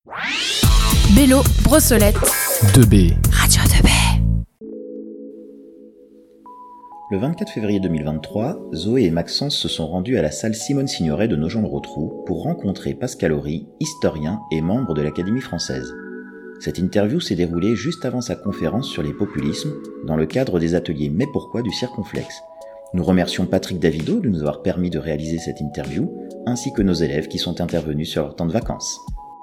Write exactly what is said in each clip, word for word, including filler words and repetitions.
Bélo, Brossolette. deux B. Radio deux B. Le vingt-quatre février deux mille vingt-trois, Zoé et Maxence se sont rendus à la salle Simone Signoret de Nogent-le-Rotrou pour rencontrer Pascal Horry, historien et membre de l'Académie française. Cette interview s'est déroulée juste avant sa conférence sur les populismes, dans le cadre des ateliers Mais pourquoi du Circonflexe. Nous remercions Patrick Davido de nous avoir permis de réaliser cette interview, ainsi que nos élèves qui sont intervenus sur leur temps de vacances.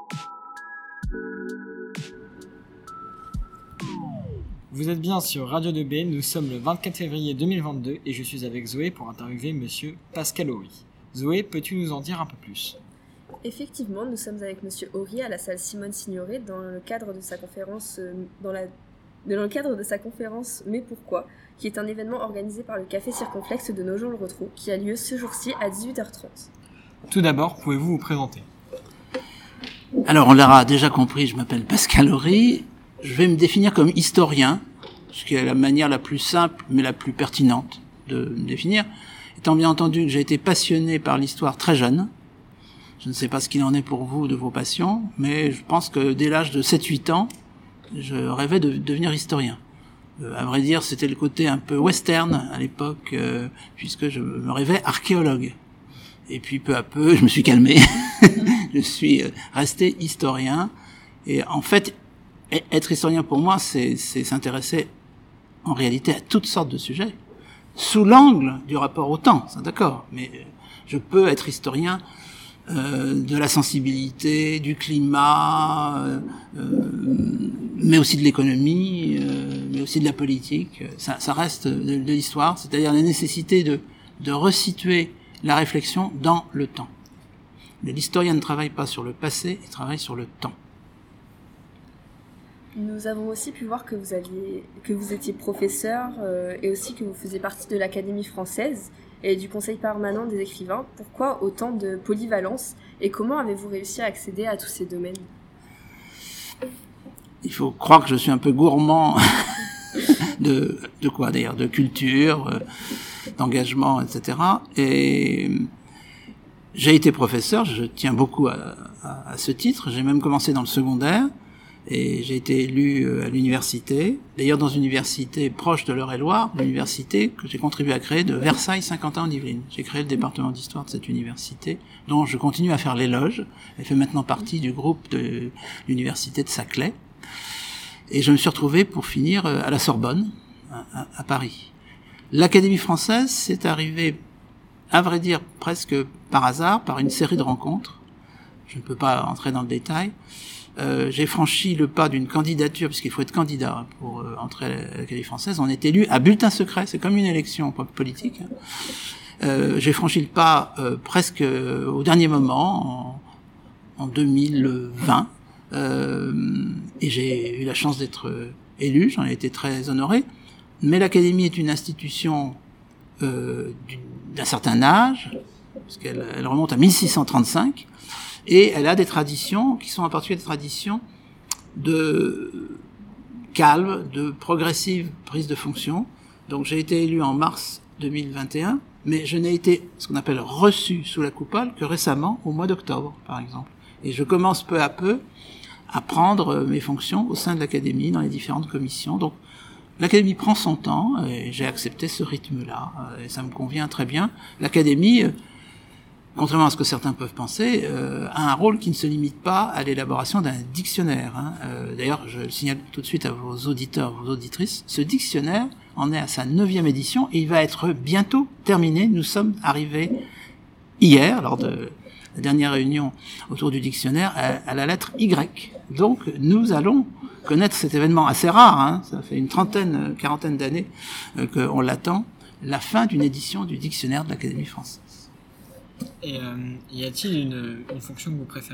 Vous êtes bien sur Radio deux B, nous sommes le vingt-quatre février deux mille vingt-deux et je suis avec Zoé pour interviewer monsieur Pascal Horry. Zoé, peux-tu nous en dire un peu plus ? Effectivement, nous sommes avec monsieur Horry à la salle Simone Signoret dans le cadre de sa conférence euh, dans, la, dans le cadre de sa conférence Mais pourquoi, qui est un événement organisé par le Café Circonflexe de Nogent-le-Rotrou qui a lieu ce jour-ci à dix-huit heures trente. Tout d'abord, pouvez-vous vous présenter ? Alors, on l'aura déjà compris, je m'appelle Pascal Horry. Je vais me définir comme historien, ce qui est la manière la plus simple mais la plus pertinente de me définir, étant bien entendu que j'ai été passionné par l'histoire très jeune. Je ne sais pas ce qu'il en est pour vous de vos passions, mais je pense que dès l'âge de sept huit ans, je rêvais de devenir historien. Euh, à vrai dire, c'était le côté un peu western à l'époque, euh, puisque je me rêvais archéologue. Et puis peu à peu, je me suis calmé. Je suis resté historien. Et en fait, être historien pour moi, c'est, c'est s'intéresser en réalité à toutes sortes de sujets, sous l'angle du rapport au temps, c'est d'accord, mais je peux être historien euh, de la sensibilité, du climat, euh, mais aussi de l'économie, euh, mais aussi de la politique. Ça, ça reste de, de l'histoire, c'est-à-dire la nécessité de, de resituer la réflexion dans le temps. Mais l'historien ne travaille pas sur le passé, il travaille sur le temps. Nous avons aussi pu voir que vous, aviez, que vous étiez professeur euh, et aussi que vous faisiez partie de l'Académie française et du Conseil permanent des écrivains. Pourquoi autant de polyvalence et comment avez-vous réussi à accéder à tous ces domaines ? Il faut croire que je suis un peu gourmand de, de quoi d'ailleurs, de culture, euh, d'engagement, et cetera. Et j'ai été professeur, je tiens beaucoup à, à, à ce titre. J'ai même commencé dans le secondaire. Et j'ai été élu à l'université, d'ailleurs dans une université proche de l'Eure-et-Loire, l'université que j'ai contribué à créer de Versailles-Saint-Quentin-en-Yvelines. J'ai créé le département d'histoire de cette université, dont je continue à faire l'éloge. Elle fait maintenant partie du groupe de l'université de Saclay. Et je me suis retrouvé pour finir à la Sorbonne, à, à Paris. L'Académie française, c'est arrivé, à vrai dire, presque par hasard, par une série de rencontres. Je ne peux pas entrer dans le détail. Euh, j'ai franchi le pas d'une candidature, puisqu'il faut être candidat pour euh, entrer à l'Académie française. On est élu à bulletin secret, c'est comme une élection politique. Euh, j'ai franchi le pas euh, presque euh, au dernier moment, en, en deux mille vingt, euh, et j'ai eu la chance d'être euh, élu, j'en ai été très honoré. Mais l'Académie est une institution euh, d'un certain âge, parce qu'elle elle remonte à mille six cent trente-cinq, et elle a des traditions qui sont en particulier des traditions de calme, de progressive prise de fonction. Donc j'ai été élu en mars deux mille vingt et un, mais je n'ai été ce qu'on appelle reçu sous la coupole que récemment, au mois d'octobre par exemple. Et je commence peu à peu à prendre mes fonctions au sein de l'Académie, dans les différentes commissions. Donc l'Académie prend son temps, et j'ai accepté ce rythme-là, et ça me convient très bien. L'Académie, contrairement à ce que certains peuvent penser, euh, a un rôle qui ne se limite pas à l'élaboration d'un dictionnaire. Hein. Euh, d'ailleurs, je le signale tout de suite à vos auditeurs, vos auditrices, ce dictionnaire en est à sa neuvième édition et il va être bientôt terminé. Nous sommes arrivés hier, lors de la dernière réunion autour du dictionnaire, à, à la lettre Y. Donc, nous allons connaître cet événement assez rare, hein. Ça fait une trentaine, quarantaine d'années euh, qu'on l'attend, la fin d'une édition du dictionnaire de l'Académie française. Et euh, y a-t-il une, une fonction que vous préférez ?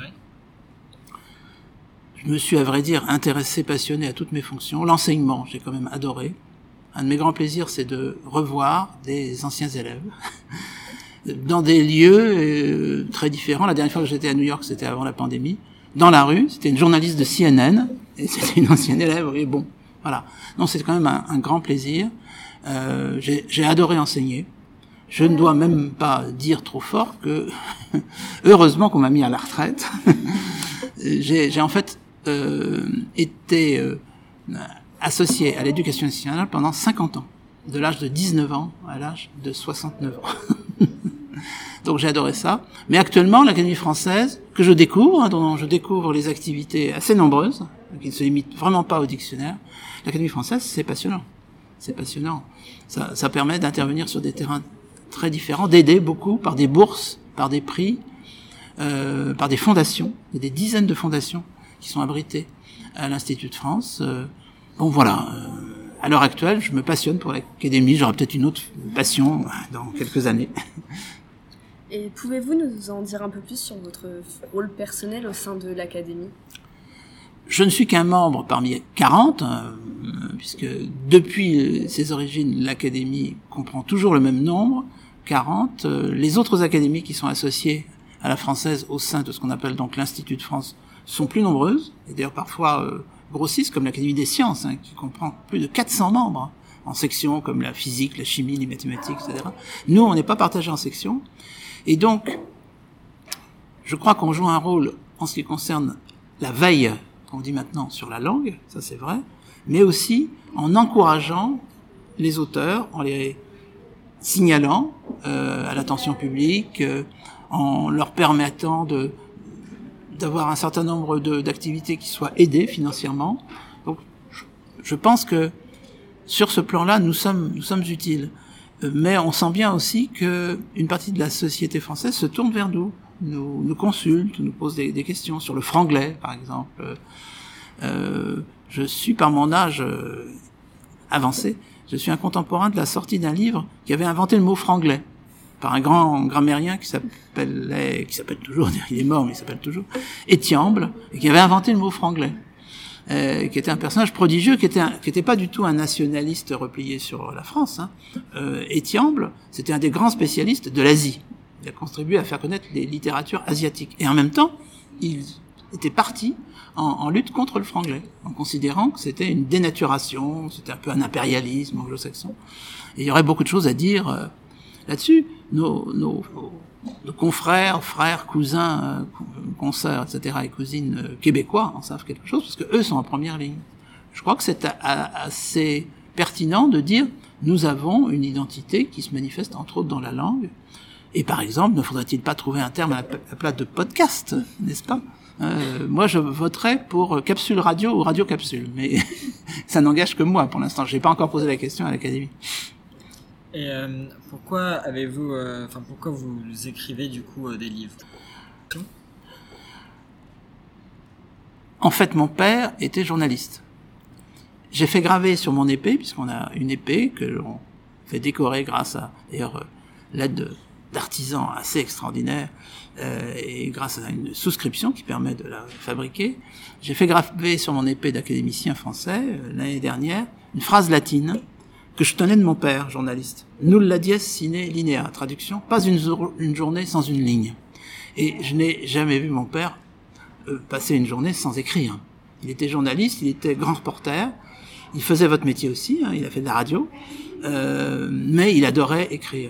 Je me suis, à vrai dire, intéressé, passionné à toutes mes fonctions. L'enseignement, j'ai quand même adoré. Un de mes grands plaisirs, c'est de revoir des anciens élèves dans des lieux euh, très différents. La dernière fois que j'étais à New York, c'était avant la pandémie. Dans la rue, c'était une journaliste de C N N, et c'était une ancienne élève, et bon, voilà. Non, c'est quand même un, un grand plaisir. Euh, j'ai, j'ai adoré enseigner. Je ne dois même pas dire trop fort que, heureusement qu'on m'a mis à la retraite. j'ai, j'ai en fait euh, été euh, associé à l'éducation nationale pendant cinquante ans, de l'âge de dix-neuf ans à l'âge de soixante-neuf ans. Donc j'ai adoré ça. Mais actuellement, l'Académie française, que je découvre, hein, dont je découvre les activités assez nombreuses, qui ne se limitent vraiment pas au dictionnaire, l'Académie française, c'est passionnant. C'est passionnant. Ça, ça permet d'intervenir sur des terrains très différents, d'aider beaucoup par des bourses, par des prix, euh, par des fondations. Il y a des dizaines de fondations qui sont abritées à l'Institut de France. Euh, bon, voilà. Euh, à l'heure actuelle, je me passionne pour l'Académie. J'aurai peut-être une autre passion dans quelques années. Et pouvez-vous nous en dire un peu plus sur votre rôle personnel au sein de l'Académie ? Je ne suis qu'un membre parmi quarante, euh, puisque depuis ses origines, l'Académie comprend toujours le même nombre, quarante. Euh, les autres académies qui sont associées à la française au sein de ce qu'on appelle donc l'Institut de France sont plus nombreuses, et d'ailleurs parfois euh, grossissent, comme l'Académie des sciences, hein, qui comprend plus de quatre cents membres, en sections comme la physique, la chimie, les mathématiques, et cetera. Nous, on n'est pas partagés en sections. Et donc, je crois qu'on joue un rôle en ce qui concerne la veille, qu'on dit maintenant, sur la langue, ça c'est vrai, mais aussi en encourageant les auteurs, en les signalant euh, à l'attention publique, euh, en leur permettant de d'avoir un certain nombre de, d'activités qui soient aidées financièrement. Donc, je, je pense que sur ce plan-là, nous sommes nous sommes utiles. Mais on sent bien aussi que une partie de la société française se tourne vers nous, nous, nous consulte, nous pose des, des questions sur le franglais, par exemple. Euh, je suis, par mon âge euh, avancé, je suis un contemporain de la sortie d'un livre qui avait inventé le mot franglais par un grand grammairien qui s'appelait, qui s'appelle toujours, il est mort mais il s'appelle toujours, Étiamble, et qui avait inventé le mot franglais. Euh, qui était un personnage prodigieux, qui était un, qui était pas du tout un nationaliste replié sur la France. Hein. Euh, Étiamble, c'était un des grands spécialistes de l'Asie. Il a contribué à faire connaître les littératures asiatiques. Et en même temps, il était parti en, en lutte contre le franglais, en considérant que c'était une dénaturation, c'était un peu un impérialisme anglo-saxon. Et il y aurait beaucoup de choses à dire euh, là-dessus. Nos, nos, nos confrères, frères, cousins, euh, consoeurs, et cetera, et cousines euh, québécois en savent quelque chose, parce que eux sont en première ligne. Je crois que c'est a, a, assez pertinent de dire nous avons une identité qui se manifeste entre autres dans la langue. Et par exemple, ne faudrait-il pas trouver un terme à la place de podcast, n'est-ce pas ? euh, Moi, je voterais pour capsule radio ou radio capsule, mais ça n'engage que moi pour l'instant. Je n'ai pas encore posé la question à l'Académie. Et euh, pourquoi avez-vous, enfin euh, pourquoi vous écrivez du coup euh, des livres ? En fait, mon père était journaliste. J'ai fait graver sur mon épée, puisqu'on a une épée que l'on fait décorer grâce à d'ailleurs l'aide d'artisans assez extraordinaires euh, et grâce à une souscription qui permet de la fabriquer. J'ai fait graver sur mon épée d'académicien français euh, l'année dernière une phrase latine que je tenais de mon père, journaliste. Nulla dies sine linea, traduction, pas une, une journée sans une ligne. Et je n'ai jamais vu mon père euh, passer une journée sans écrire. Il était journaliste, il était grand reporter, il faisait votre métier aussi, hein, il a fait de la radio, euh, mais il adorait écrire.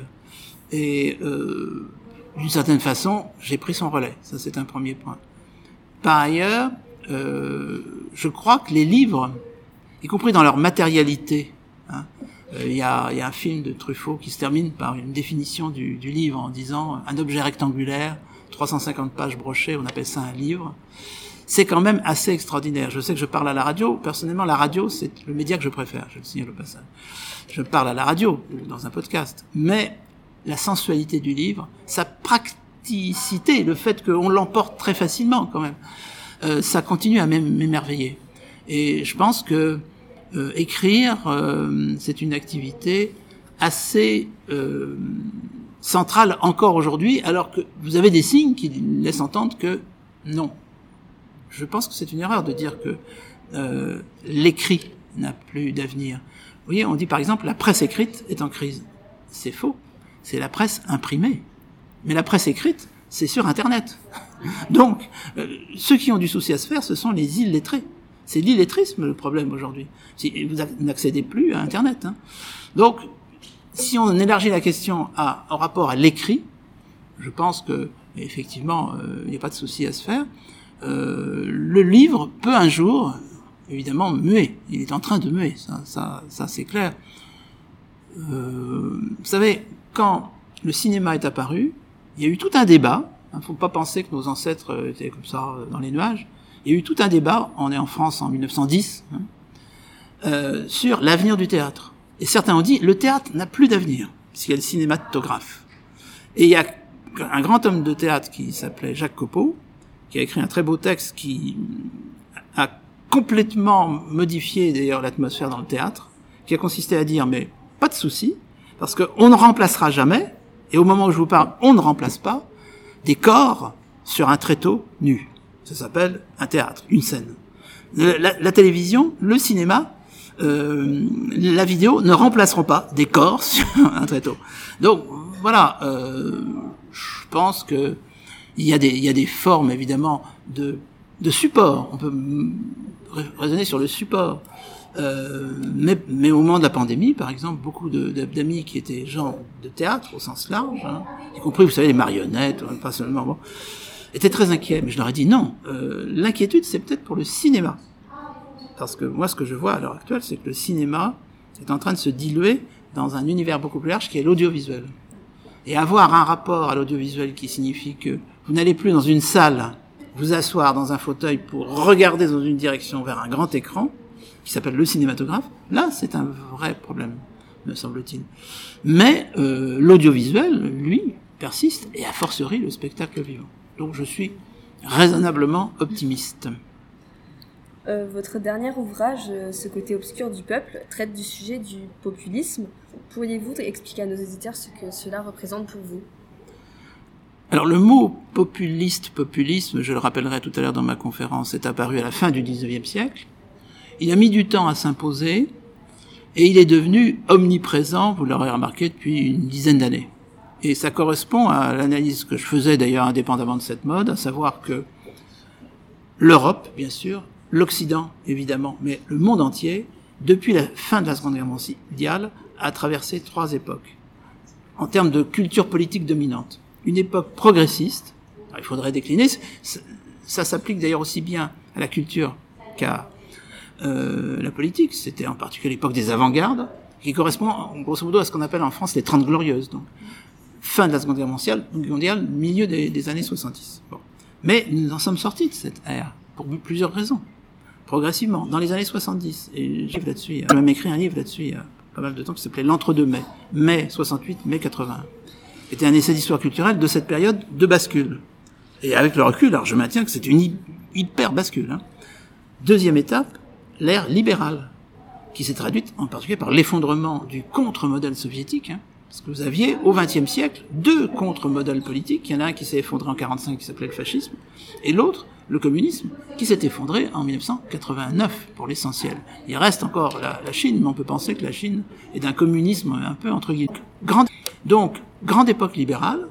Et euh, d'une certaine façon, j'ai pris son relais, ça c'est un premier point. Par ailleurs, euh, je crois que les livres, y compris dans leur matérialité, hein, il euh, y, a, y a un film de Truffaut qui se termine par une définition du, du livre en disant un objet rectangulaire, trois cent cinquante pages brochées, on appelle ça un livre. C'est quand même assez extraordinaire. Je sais que je parle à la radio. Personnellement, la radio, c'est le média que je préfère, je le signale au passage. Je parle à la radio, dans un podcast. Mais la sensualité du livre, sa praticité, le fait qu'on l'emporte très facilement quand même, euh, ça continue à m'émerveiller. Et je pense que Euh, écrire, euh, c'est une activité assez euh, centrale encore aujourd'hui, alors que vous avez des signes qui laissent entendre que non. Je pense que c'est une erreur de dire que euh, l'écrit n'a plus d'avenir. Vous voyez, on dit par exemple la presse écrite est en crise. C'est faux. C'est la presse imprimée. Mais la presse écrite, c'est sur Internet. Donc, euh, ceux qui ont du souci à se faire, ce sont les illettrés. C'est l'illettrisme le problème aujourd'hui. Si vous n'accédez plus à Internet. Hein. Donc, si on élargit la question à, en rapport à l'écrit, je pense que effectivement, il euh, n'y a pas de souci à se faire. euh, le livre peut un jour, évidemment, muer. Il est en train de muer, ça, ça, ça c'est clair. Euh, vous savez, quand le cinéma est apparu, il y a eu tout un débat. Il ne faut pas penser que nos ancêtres étaient comme ça dans les nuages. Il y a eu tout un débat, on est en France en mille neuf cent dix, hein, euh, sur l'avenir du théâtre. Et certains ont dit, le théâtre n'a plus d'avenir, puisqu'il y a le cinématographe. Et il y a un grand homme de théâtre qui s'appelait Jacques Copeau, qui a écrit un très beau texte qui a complètement modifié d'ailleurs l'atmosphère dans le théâtre, qui a consisté à dire, mais pas de souci, parce qu'on ne remplacera jamais, et au moment où je vous parle, on ne remplace pas, des corps sur un tréteau nu. Ça s'appelle un théâtre, une scène. La, la, la télévision, le cinéma, euh, la vidéo ne remplaceront pas des corps sur un tréteau. Donc voilà, euh, je pense que il y a des, il y a des formes évidemment de, de support. On peut raisonner sur le support. Euh, mais, mais au moment de la pandémie, par exemple, beaucoup de, d'amis qui étaient gens de théâtre au sens large, hein, y compris, vous savez, les marionnettes, pas seulement, bon, étaient très inquiets. Mais je leur ai dit non, euh, l'inquiétude, c'est peut-être pour le cinéma. Parce que moi, ce que je vois à l'heure actuelle, c'est que le cinéma est en train de se diluer dans un univers beaucoup plus large qui est l'audiovisuel. Et avoir un rapport à l'audiovisuel qui signifie que vous n'allez plus dans une salle vous asseoir dans un fauteuil pour regarder dans une direction vers un grand écran, qui s'appelle le cinématographe, là, c'est un vrai problème, me semble-t-il. Mais euh, l'audiovisuel, lui, persiste, et a fortiori le spectacle vivant. Donc je suis raisonnablement optimiste. Euh, votre dernier ouvrage, euh, Ce côté obscur du peuple, traite du sujet du populisme. Pourriez-vous expliquer à nos auditeurs ce que cela représente pour vous ? Alors le mot populiste, populisme, je le rappellerai tout à l'heure dans ma conférence, est apparu à la fin du dix-neuvième siècle. Il a mis du temps à s'imposer et il est devenu omniprésent, vous l'aurez remarqué, depuis une dizaine d'années. Et ça correspond à l'analyse que je faisais d'ailleurs indépendamment de cette mode, à savoir que l'Europe, bien sûr, l'Occident, évidemment, mais le monde entier, depuis la fin de la Seconde Guerre mondiale, a traversé trois époques en termes de culture politique dominante. Une époque progressiste, alors il faudrait décliner, ça s'applique d'ailleurs aussi bien à la culture qu'à euh, la politique, c'était en particulier l'époque des avant-gardes, qui correspond grosso modo à ce qu'on appelle en France les Trente Glorieuses, donc fin de la Seconde Guerre mondiale, mondiale milieu des, des années soixante-dix. Bon. Mais nous en sommes sortis de cette ère, pour plusieurs raisons, progressivement, dans les années soixante-dix, et j'ai là-dessus, j'ai même écrit un livre là-dessus il y a pas mal de temps qui s'appelait L'Entre-deux-mai, mai soixante-huit, mai quatre-vingt-un. C'était un essai d'histoire culturelle de cette période de bascule. Et avec le recul, alors je maintiens que c'est une hyper bascule. Hein. Deuxième étape, l'ère libérale, qui s'est traduite en particulier par l'effondrement du contre-modèle soviétique, hein, parce que vous aviez au vingtième siècle deux contre-modèles politiques. Il y en a un qui s'est effondré en quarante-cinq, qui s'appelait le fascisme, et l'autre, le communisme, qui s'est effondré en dix-neuf cent quatre-vingt-neuf, pour l'essentiel. Il reste encore la, la Chine, mais on peut penser que la Chine est d'un communisme un peu entre guillemets. Grande, donc, grande époque libérale,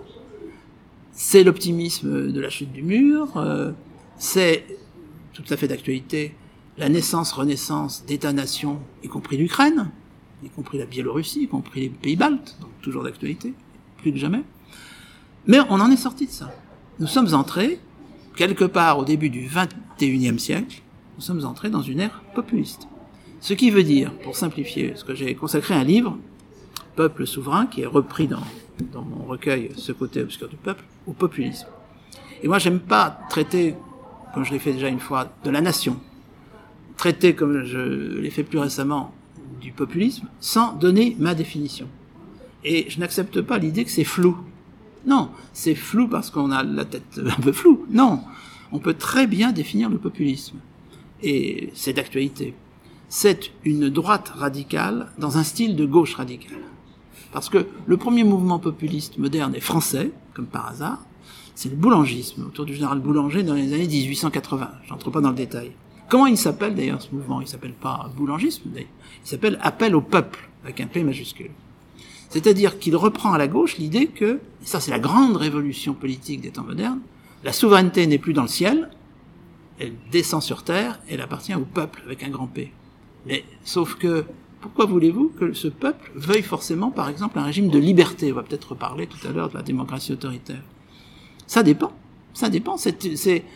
c'est l'optimisme de la chute du mur, euh, c'est tout à fait d'actualité la naissance, renaissance d'États-nations, y compris l'Ukraine, y compris la Biélorussie, y compris les pays baltes, donc toujours d'actualité, plus que jamais. Mais on en est sorti de ça. Nous sommes entrés, quelque part au début du vingt et unième siècle, nous sommes entrés dans une ère populiste. Ce qui veut dire, pour simplifier, parce que j'ai consacré un livre, Peuple souverain, qui est repris dans, dans mon recueil Ce côté obscur du peuple, au populisme. Et moi, j'aime pas traiter, comme je l'ai fait déjà une fois, de la nation, traiter, comme je l'ai fait plus récemment, du populisme, sans donner ma définition. Et je n'accepte pas l'idée que c'est flou. Non, c'est flou parce qu'on a la tête un peu floue. Non, on peut très bien définir le populisme. Et c'est d'actualité. C'est une droite radicale dans un style de gauche radicale. Parce que le premier mouvement populiste moderne est français, comme par hasard, c'est le boulangisme, autour du général Boulanger dans les années dix-huit cent quatre-vingts. J'entre pas dans le détail. Comment il s'appelle d'ailleurs ce mouvement ? Il s'appelle pas boulangisme d'ailleurs. Il s'appelle appel au peuple, avec un P majuscule. C'est-à-dire qu'il reprend à la gauche l'idée que, et ça c'est la grande révolution politique des temps modernes, la souveraineté n'est plus dans le ciel, elle descend sur terre, elle appartient au peuple, avec un grand P. Mais, sauf que, pourquoi voulez-vous que ce peuple veuille forcément, par exemple, un régime de liberté ? On va peut-être reparler tout à l'heure de la démocratie autoritaire. Ça dépend. Ça dépend. C'est, c'est,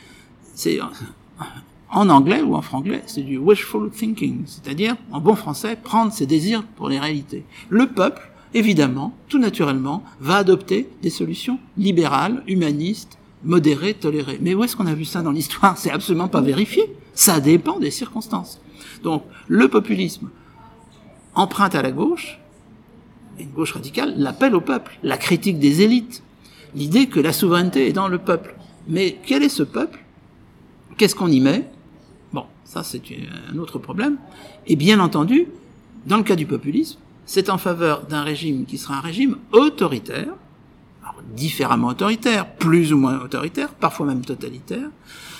c'est en anglais ou en franglais, c'est du wishful thinking, c'est-à-dire, en bon français, prendre ses désirs pour les réalités. Le peuple, évidemment, tout naturellement, va adopter des solutions libérales, humanistes, modérées, tolérées. Mais où est-ce qu'on a vu ça dans l'histoire? C'est absolument pas vérifié. Ça dépend des circonstances. Donc, le populisme emprunte à la gauche, et une gauche radicale, l'appel au peuple, la critique des élites, l'idée que la souveraineté est dans le peuple. Mais quel est ce peuple? Qu'est-ce qu'on y met? Bon, ça c'est un autre problème. Et bien entendu, dans le cas du populisme, c'est en faveur d'un régime qui sera un régime autoritaire, alors différemment autoritaire, plus ou moins autoritaire, parfois même totalitaire,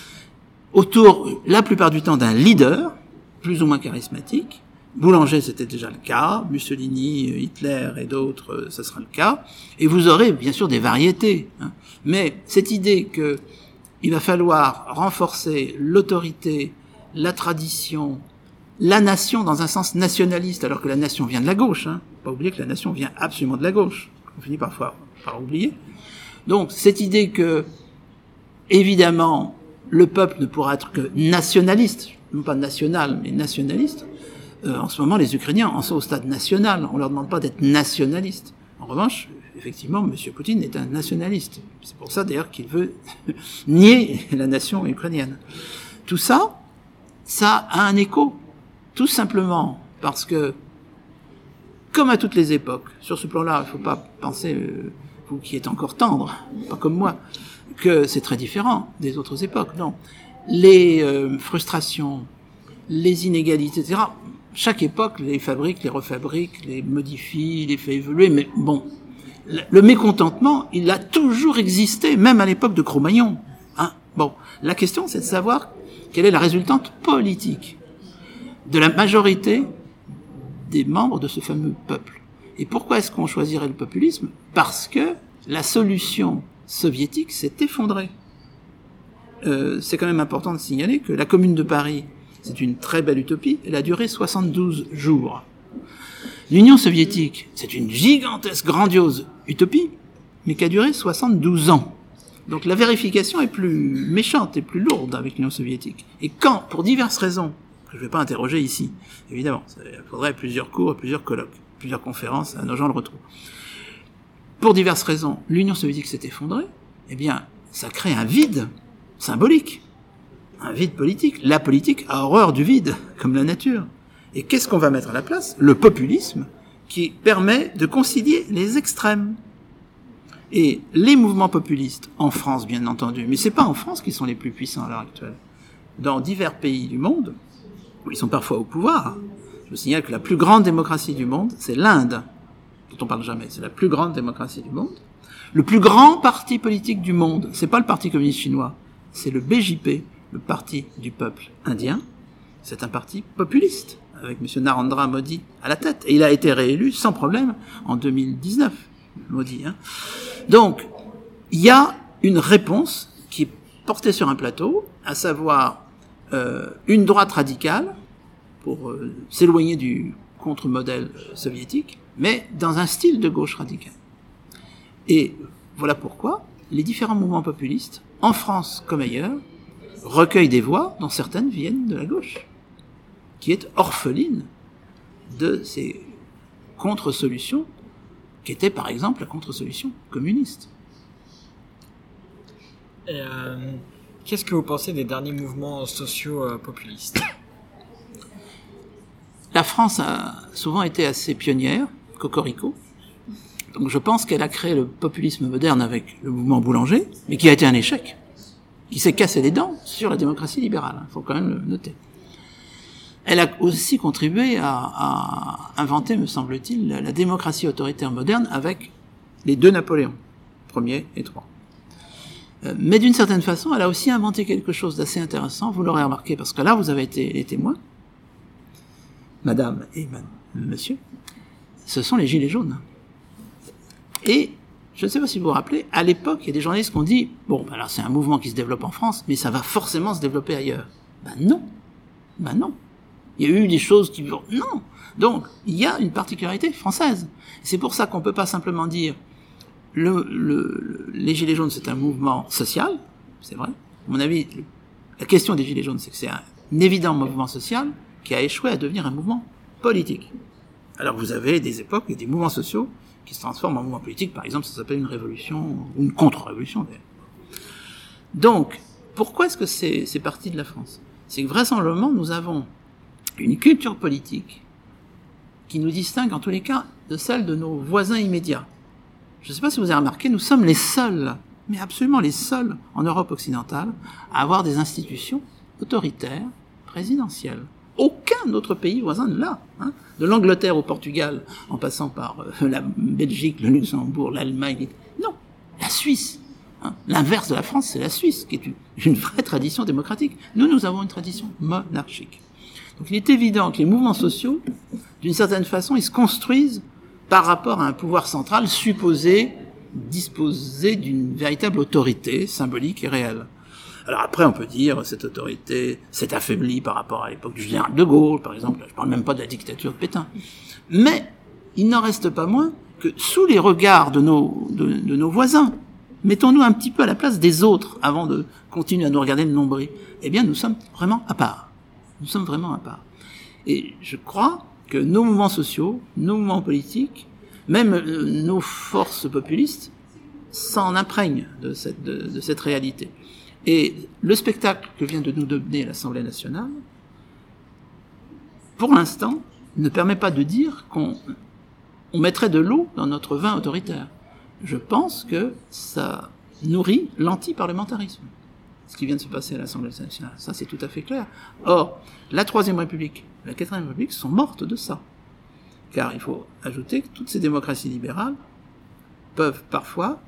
autour, la plupart du temps, d'un leader, plus ou moins charismatique. Boulanger, c'était déjà le cas, Mussolini, Hitler et d'autres, ça sera le cas. Et vous aurez, bien sûr, des variétés. Hein. Mais cette idée que il va falloir renforcer l'autorité, la tradition, la nation dans un sens nationaliste, alors que la nation vient de la gauche. Hein. Pas oublier que la nation vient absolument de la gauche. On finit parfois par oublier. Donc, cette idée que, évidemment, le peuple ne pourra être que nationaliste, non pas national, mais nationaliste. Euh, en ce moment, les Ukrainiens en sont au stade national. On leur demande pas d'être nationalistes. En revanche, effectivement, M. Poutine est un nationaliste. C'est pour ça, d'ailleurs, qu'il veut nier la nation ukrainienne. Tout ça, ça a un écho. Tout simplement parce que, comme à toutes les époques, sur ce plan-là, il ne faut pas penser, euh, vous qui êtes encore tendre, pas comme moi, que c'est très différent des autres époques. Non. Les euh, frustrations, les inégalités, et cetera, chaque époque les fabrique, les refabrique, les modifie, les fait évoluer, mais bon, le mécontentement, il a toujours existé, même à l'époque de Cro-Magnon. Hein. Bon, la question, c'est de savoir quelle est la résultante politique de la majorité des membres de ce fameux peuple. Et pourquoi est-ce qu'on choisirait le populisme? Parce que la solution soviétique s'est effondrée. Euh, c'est quand même important de signaler que la Commune de Paris, c'est une très belle utopie, elle a duré soixante-douze jours. L'Union soviétique, c'est une gigantesque, grandiose utopie, mais qui a duré soixante-douze ans. Donc la vérification est plus méchante et plus lourde avec l'Union soviétique. Et quand, pour diverses raisons, que je ne vais pas interroger ici, évidemment, il faudrait plusieurs cours, plusieurs colloques, plusieurs conférences, à nos gens le retrouvent. Pour diverses raisons, l'Union soviétique s'est effondrée, eh bien, ça crée un vide symbolique, un vide politique. La politique a horreur du vide, comme la nature. Et qu'est-ce qu'on va mettre à la place? Le populisme, qui permet de concilier les extrêmes. Et les mouvements populistes, en France bien entendu, mais c'est pas en France qu'ils sont les plus puissants à l'heure actuelle. Dans divers pays du monde, où ils sont parfois au pouvoir, je vous signale que la plus grande démocratie du monde, c'est l'Inde, dont on parle jamais, c'est la plus grande démocratie du monde. Le plus grand parti politique du monde, c'est pas le Parti communiste chinois, c'est le B J P, le Parti du peuple indien. C'est un parti populiste, avec M. Narendra Modi à la tête. Et il a été réélu sans problème en deux mille dix-neuf, Modi. Hein. Donc, il y a une réponse qui est portée sur un plateau, à savoir euh, une droite radicale, pour euh, s'éloigner du contre-modèle soviétique, mais dans un style de gauche radicale. Et voilà pourquoi les différents mouvements populistes, en France comme ailleurs, recueillent des voix dont certaines viennent de la gauche, qui est orpheline de ces contre-solutions, qui étaient par exemple la contre-solution communiste. Et euh, qu'est-ce que vous pensez des derniers mouvements sociaux euh, populistes? La France a souvent été assez pionnière, cocorico, donc je pense qu'elle a créé le populisme moderne avec le mouvement Boulanger, mais qui a été un échec, qui s'est cassé les dents sur la démocratie libérale, il faut quand même le noter. Elle a aussi contribué à, à inventer, me semble-t-il, la, la démocratie autoritaire moderne avec les deux Napoléons, premier et trois. Euh, mais d'une certaine façon, elle a aussi inventé quelque chose d'assez intéressant, vous l'aurez remarqué, parce que là, vous avez été les témoins, madame et man, monsieur, ce sont les gilets jaunes. Et, je ne sais pas si vous vous rappelez, à l'époque, il y a des journalistes qui ont dit, bon, ben alors c'est un mouvement qui se développe en France, mais ça va forcément se développer ailleurs. Ben non. Ben non. Il y a eu des choses qui... Non. Donc, il y a une particularité française. C'est pour ça qu'on ne peut pas simplement dire le, le, le, les Gilets jaunes, c'est un mouvement social, c'est vrai. À mon avis, La question des Gilets jaunes, c'est que c'est un, un évident mouvement social qui a échoué à devenir un mouvement politique. Alors vous avez des époques et des mouvements sociaux qui se transforment en mouvement politique. Par exemple, ça s'appelle une révolution ou une contre-révolution. Donc, pourquoi est-ce que c'est, c'est parti de la France? C'est que vraisemblablement, nous avons une culture politique qui nous distingue en tous les cas de celle de nos voisins immédiats. Je ne sais pas si vous avez remarqué, nous sommes les seuls, mais absolument les seuls en Europe occidentale, à avoir des institutions autoritaires, présidentielles. Aucun autre pays voisin ne l'a. Hein. De l'Angleterre au Portugal, en passant par euh, la Belgique, le Luxembourg, l'Allemagne. Non, la Suisse. Hein. L'inverse de la France, c'est la Suisse, qui est une, une vraie tradition démocratique. Nous, nous avons une tradition monarchique. Donc il est évident que les mouvements sociaux, d'une certaine façon, ils se construisent par rapport à un pouvoir central supposé disposer d'une véritable autorité symbolique et réelle. Alors après, on peut dire cette autorité s'est affaiblie par rapport à l'époque du général de Gaulle, par exemple. Je parle même pas de la dictature de Pétain. Mais il n'en reste pas moins que sous les regards de nos, de, de nos voisins, mettons-nous un petit peu à la place des autres avant de continuer à nous regarder le nombril. Eh bien, nous sommes vraiment à part. Nous sommes vraiment à part. Et je crois que nos mouvements sociaux, nos mouvements politiques, même euh, nos forces populistes, s'en imprègnent de cette, de, de cette réalité. Et le spectacle que vient de nous donner l'Assemblée nationale, pour l'instant, ne permet pas de dire qu'on on mettrait de l'eau dans notre vin autoritaire. Je pense que ça nourrit l'anti-parlementarisme. Ce qui vient de se passer à l'Assemblée nationale. Ça, c'est tout à fait clair. Or, la Troisième République, la Quatrième République sont mortes de ça. Car il faut ajouter que toutes ces démocraties libérales peuvent parfois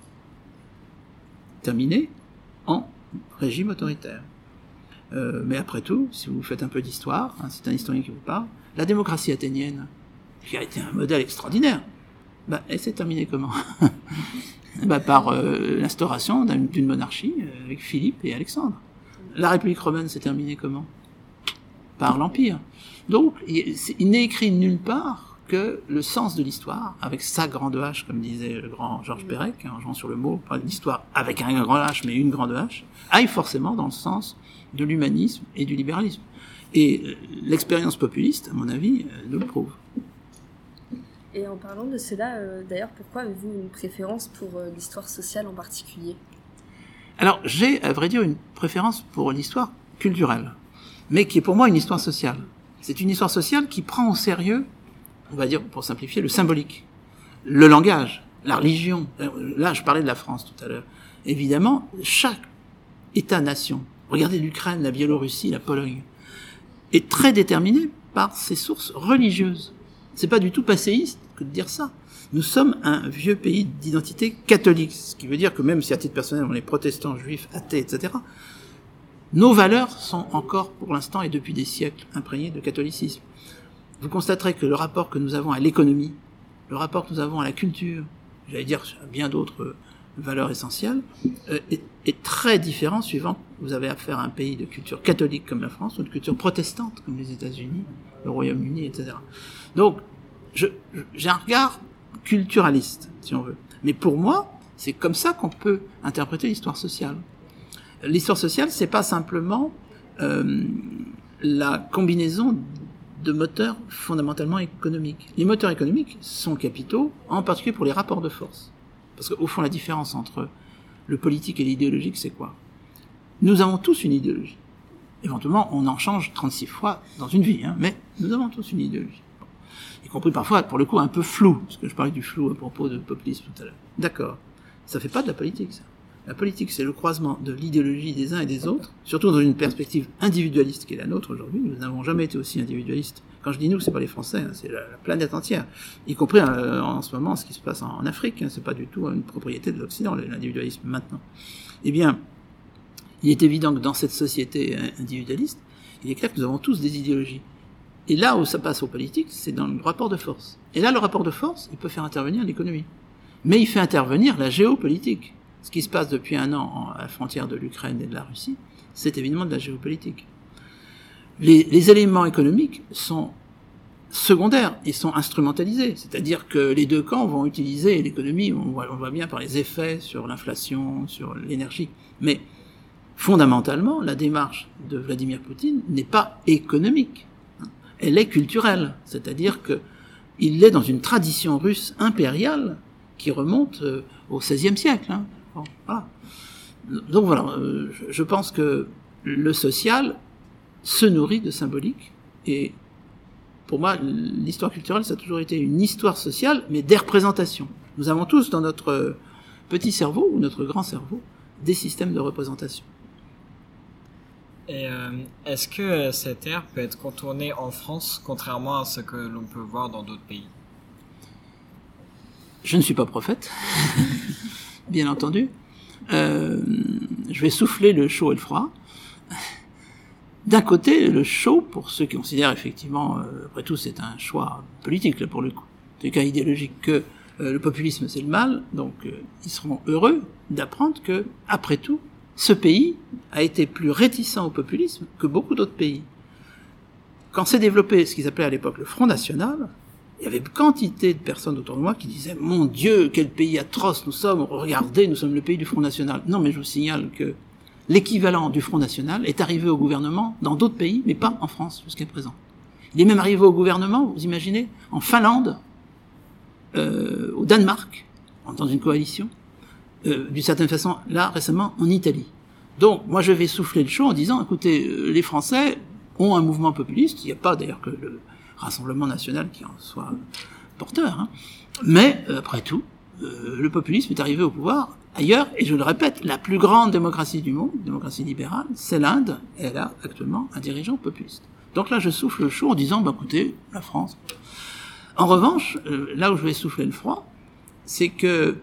terminer en régime autoritaire. Euh, mais après tout, si vous faites un peu d'histoire, hein, c'est un historien qui vous parle, la démocratie athénienne, qui a été un modèle extraordinaire, bah, elle s'est terminée comment? Bah, par euh, l'instauration d'une monarchie euh, avec Philippe et Alexandre. La République romaine s'est terminée comment? Par l'Empire. Donc, il, il n'est écrit nulle part que le sens de l'histoire, avec sa grande hache, comme disait le grand Georges Perec, en jouant sur le mot, pas l'histoire avec un grand H, mais une grande hache, aille forcément dans le sens de l'humanisme et du libéralisme. Et euh, l'expérience populiste, à mon avis, euh, nous le prouve. Et en parlant de cela, euh, d'ailleurs, pourquoi avez-vous une préférence pour euh, l'histoire sociale en particulier? Alors, j'ai, à vrai dire, une préférence pour l'histoire culturelle, mais qui est pour moi une histoire sociale. C'est une histoire sociale qui prend au sérieux, on va dire, pour simplifier, le symbolique, le langage, la religion. Là, je parlais de la France tout à l'heure. Évidemment, chaque État-nation, regardez l'Ukraine, la Biélorussie, la Pologne, est très déterminé par ses sources religieuses. C'est pas du tout passéiste que de dire ça. Nous sommes un vieux pays d'identité catholique, ce qui veut dire que même si à titre personnel on est protestants, juifs, athées, et cetera, nos valeurs sont encore pour l'instant et depuis des siècles imprégnées de catholicisme. Vous constaterez que le rapport que nous avons à l'économie, le rapport que nous avons à la culture, j'allais dire à bien d'autres valeurs essentielles, euh, est, est très différent suivant que vous avez affaire à un pays de culture catholique comme la France ou de culture protestante comme les États-Unis, le Royaume-Uni, et cetera. Donc, je, je, j'ai un regard culturaliste, si on veut. Mais pour moi, c'est comme ça qu'on peut interpréter l'histoire sociale. L'histoire sociale, c'est pas simplement euh, la combinaison de moteurs fondamentalement économiques. Les moteurs économiques sont capitaux, en particulier pour les rapports de force. Parce qu'au fond, la différence entre le politique et l'idéologique, c'est quoi? Nous avons tous une idéologie. Éventuellement, on en change trente-six fois dans une vie, hein, mais nous avons tous une idéologie. Bon. Y compris parfois, pour le coup, un peu flou, parce que je parlais du flou à propos de populisme tout à l'heure. D'accord. Ça fait pas de la politique, ça. La politique, c'est le croisement de l'idéologie des uns et des autres, surtout dans une perspective individualiste qui est la nôtre aujourd'hui. Nous n'avons jamais été aussi individualistes. Quand je dis nous, c'est pas les Français, hein, c'est la, la planète entière, y compris euh, en ce moment ce qui se passe en, en Afrique. Hein, c'est pas du tout une propriété de l'Occident, l'individualisme maintenant. Eh bien, il est évident que dans cette société individualiste, il est clair que nous avons tous des idéologies. Et là où ça passe aux politiques, c'est dans le rapport de force. Et là, le rapport de force, il peut faire intervenir l'économie. Mais il fait intervenir la géopolitique. Ce qui se passe depuis un an à la frontière de l'Ukraine et de la Russie, c'est évidemment de la géopolitique. Les, les éléments économiques sont secondaires et sont instrumentalisés. C'est-à-dire que les deux camps vont utiliser l'économie, on voit, on voit bien par les effets sur l'inflation, sur l'énergie. Mais fondamentalement, la démarche de Vladimir Poutine n'est pas économique. Elle est culturelle. C'est-à-dire que il est dans une tradition russe impériale qui remonte euh, au seizième siècle. Hein. Bon, voilà. Donc voilà, euh, je pense que le social se nourrit de symbolique, et pour moi, l'histoire culturelle, ça a toujours été une histoire sociale, mais des représentations. Nous avons tous dans notre petit cerveau, ou notre grand cerveau, des systèmes de représentation. Et euh, est-ce que cette ère peut être contournée en France, contrairement à ce que l'on peut voir dans d'autres pays ? Je ne suis pas prophète, bien entendu. Euh, je vais souffler le chaud et le froid. D'un côté, le chaud, pour ceux qui considèrent effectivement, euh, après tout, c'est un choix politique, là, pour le coup, c'est un cas idéologique, que euh, le populisme, c'est le mal, donc euh, ils seront heureux d'apprendre que, après tout, ce pays a été plus réticent au populisme que beaucoup d'autres pays. Quand s'est développé ce qu'ils appelaient à l'époque le Front National, il y avait quantité de personnes autour de moi qui disaient « Mon Dieu, quel pays atroce nous sommes, regardez, nous sommes le pays du Front National ». Non, mais je vous signale que l'équivalent du Front National est arrivé au gouvernement dans d'autres pays, mais pas en France jusqu'à présent. Il est même arrivé au gouvernement, vous imaginez, en Finlande, euh, au Danemark, dans une coalition, euh, d'une certaine façon, là, récemment, en Italie. Donc, moi, je vais souffler le chaud en disant, écoutez, euh, les Français ont un mouvement populiste, il n'y a pas d'ailleurs que le Rassemblement National qui en soit porteur, hein. Mais, euh, après tout, euh, le populisme est arrivé au pouvoir ailleurs, et je le répète, la plus grande démocratie du monde, démocratie libérale, c'est l'Inde, et elle a actuellement un dirigeant populiste. Donc là, je souffle le chaud en disant, bah écoutez, la France. En revanche, euh, là où je vais souffler le froid, c'est que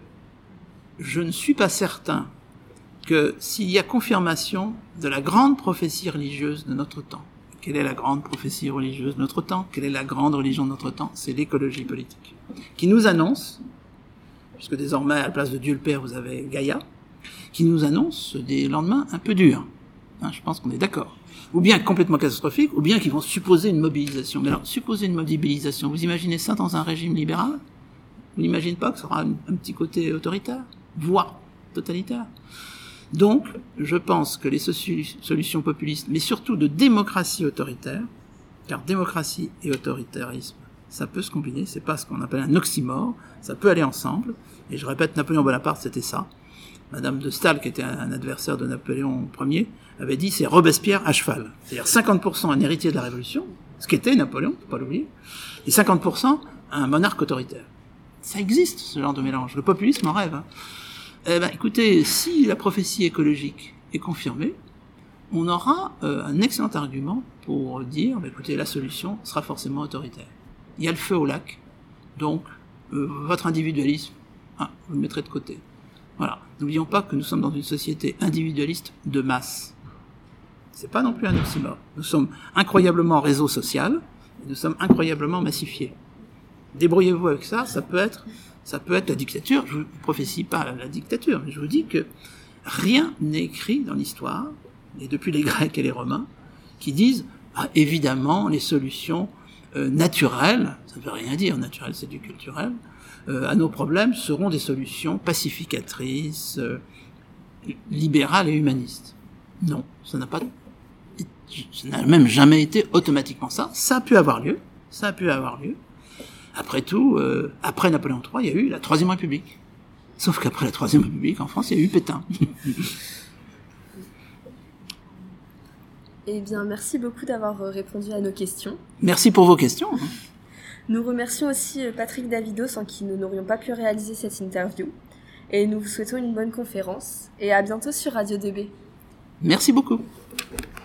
je ne suis pas certain que s'il y a confirmation de la grande prophétie religieuse de notre temps, quelle est la grande prophétie religieuse de notre temps? Quelle est la grande religion de notre temps? C'est l'écologie politique, qui nous annonce, puisque désormais, à la place de Dieu le Père, vous avez Gaïa, qui nous annonce des lendemains un peu durs. Hein, je pense qu'on est d'accord. Ou bien complètement catastrophiques, ou bien qu'ils vont supposer une mobilisation. Mais alors, supposer une mobilisation, vous imaginez ça dans un régime libéral? Vous n'imaginez pas que ça aura un, un petit côté autoritaire, voire totalitaire? Donc, je pense que les solutions populistes, mais surtout de démocratie autoritaire, car démocratie et autoritarisme, ça peut se combiner, c'est pas ce qu'on appelle un oxymore, ça peut aller ensemble, et je répète, Napoléon Bonaparte, c'était ça. Madame de Staël, qui était un adversaire de Napoléon Ier, avait dit, c'est Robespierre à cheval. C'est-à-dire cinquante pour cent un héritier de la Révolution, ce qu'était Napoléon, faut pas l'oublier, et cinquante pour cent un monarque autoritaire. Ça existe, ce genre de mélange. Le populisme en rêve, hein. Eh ben, écoutez, si la prophétie écologique est confirmée, on aura euh, un excellent argument pour dire, ben, écoutez, la solution sera forcément autoritaire. Il y a le feu au lac, donc euh, votre individualisme, ah, vous le mettrez de côté. Voilà. N'oublions pas que nous sommes dans une société individualiste de masse. C'est pas non plus un oxymore. Nous sommes incroyablement réseau social, et nous sommes incroyablement massifiés. Débrouillez-vous avec ça, ça peut être, ça peut être la dictature. Je vous prophétie pas la, la dictature, mais je vous dis que rien n'est écrit dans l'histoire, et depuis les Grecs et les Romains, qui disent, ah, évidemment, les solutions euh, naturelles, ça ne veut rien dire, naturel c'est du culturel, euh, à nos problèmes seront des solutions pacificatrices, euh, libérales et humanistes. Non, ça n'a pas, ça n'a même jamais été automatiquement ça. Ça a pu avoir lieu, ça a pu avoir lieu. Après tout, euh, après Napoléon trois, il y a eu la Troisième République. Sauf qu'après la Troisième République, en France, il y a eu Pétain. Eh bien, merci beaucoup d'avoir répondu à nos questions. Merci pour vos questions. Nous remercions aussi Patrick Davido, sans qui nous n'aurions pas pu réaliser cette interview. Et nous vous souhaitons une bonne conférence. Et à bientôt sur Radio deux B. Merci beaucoup.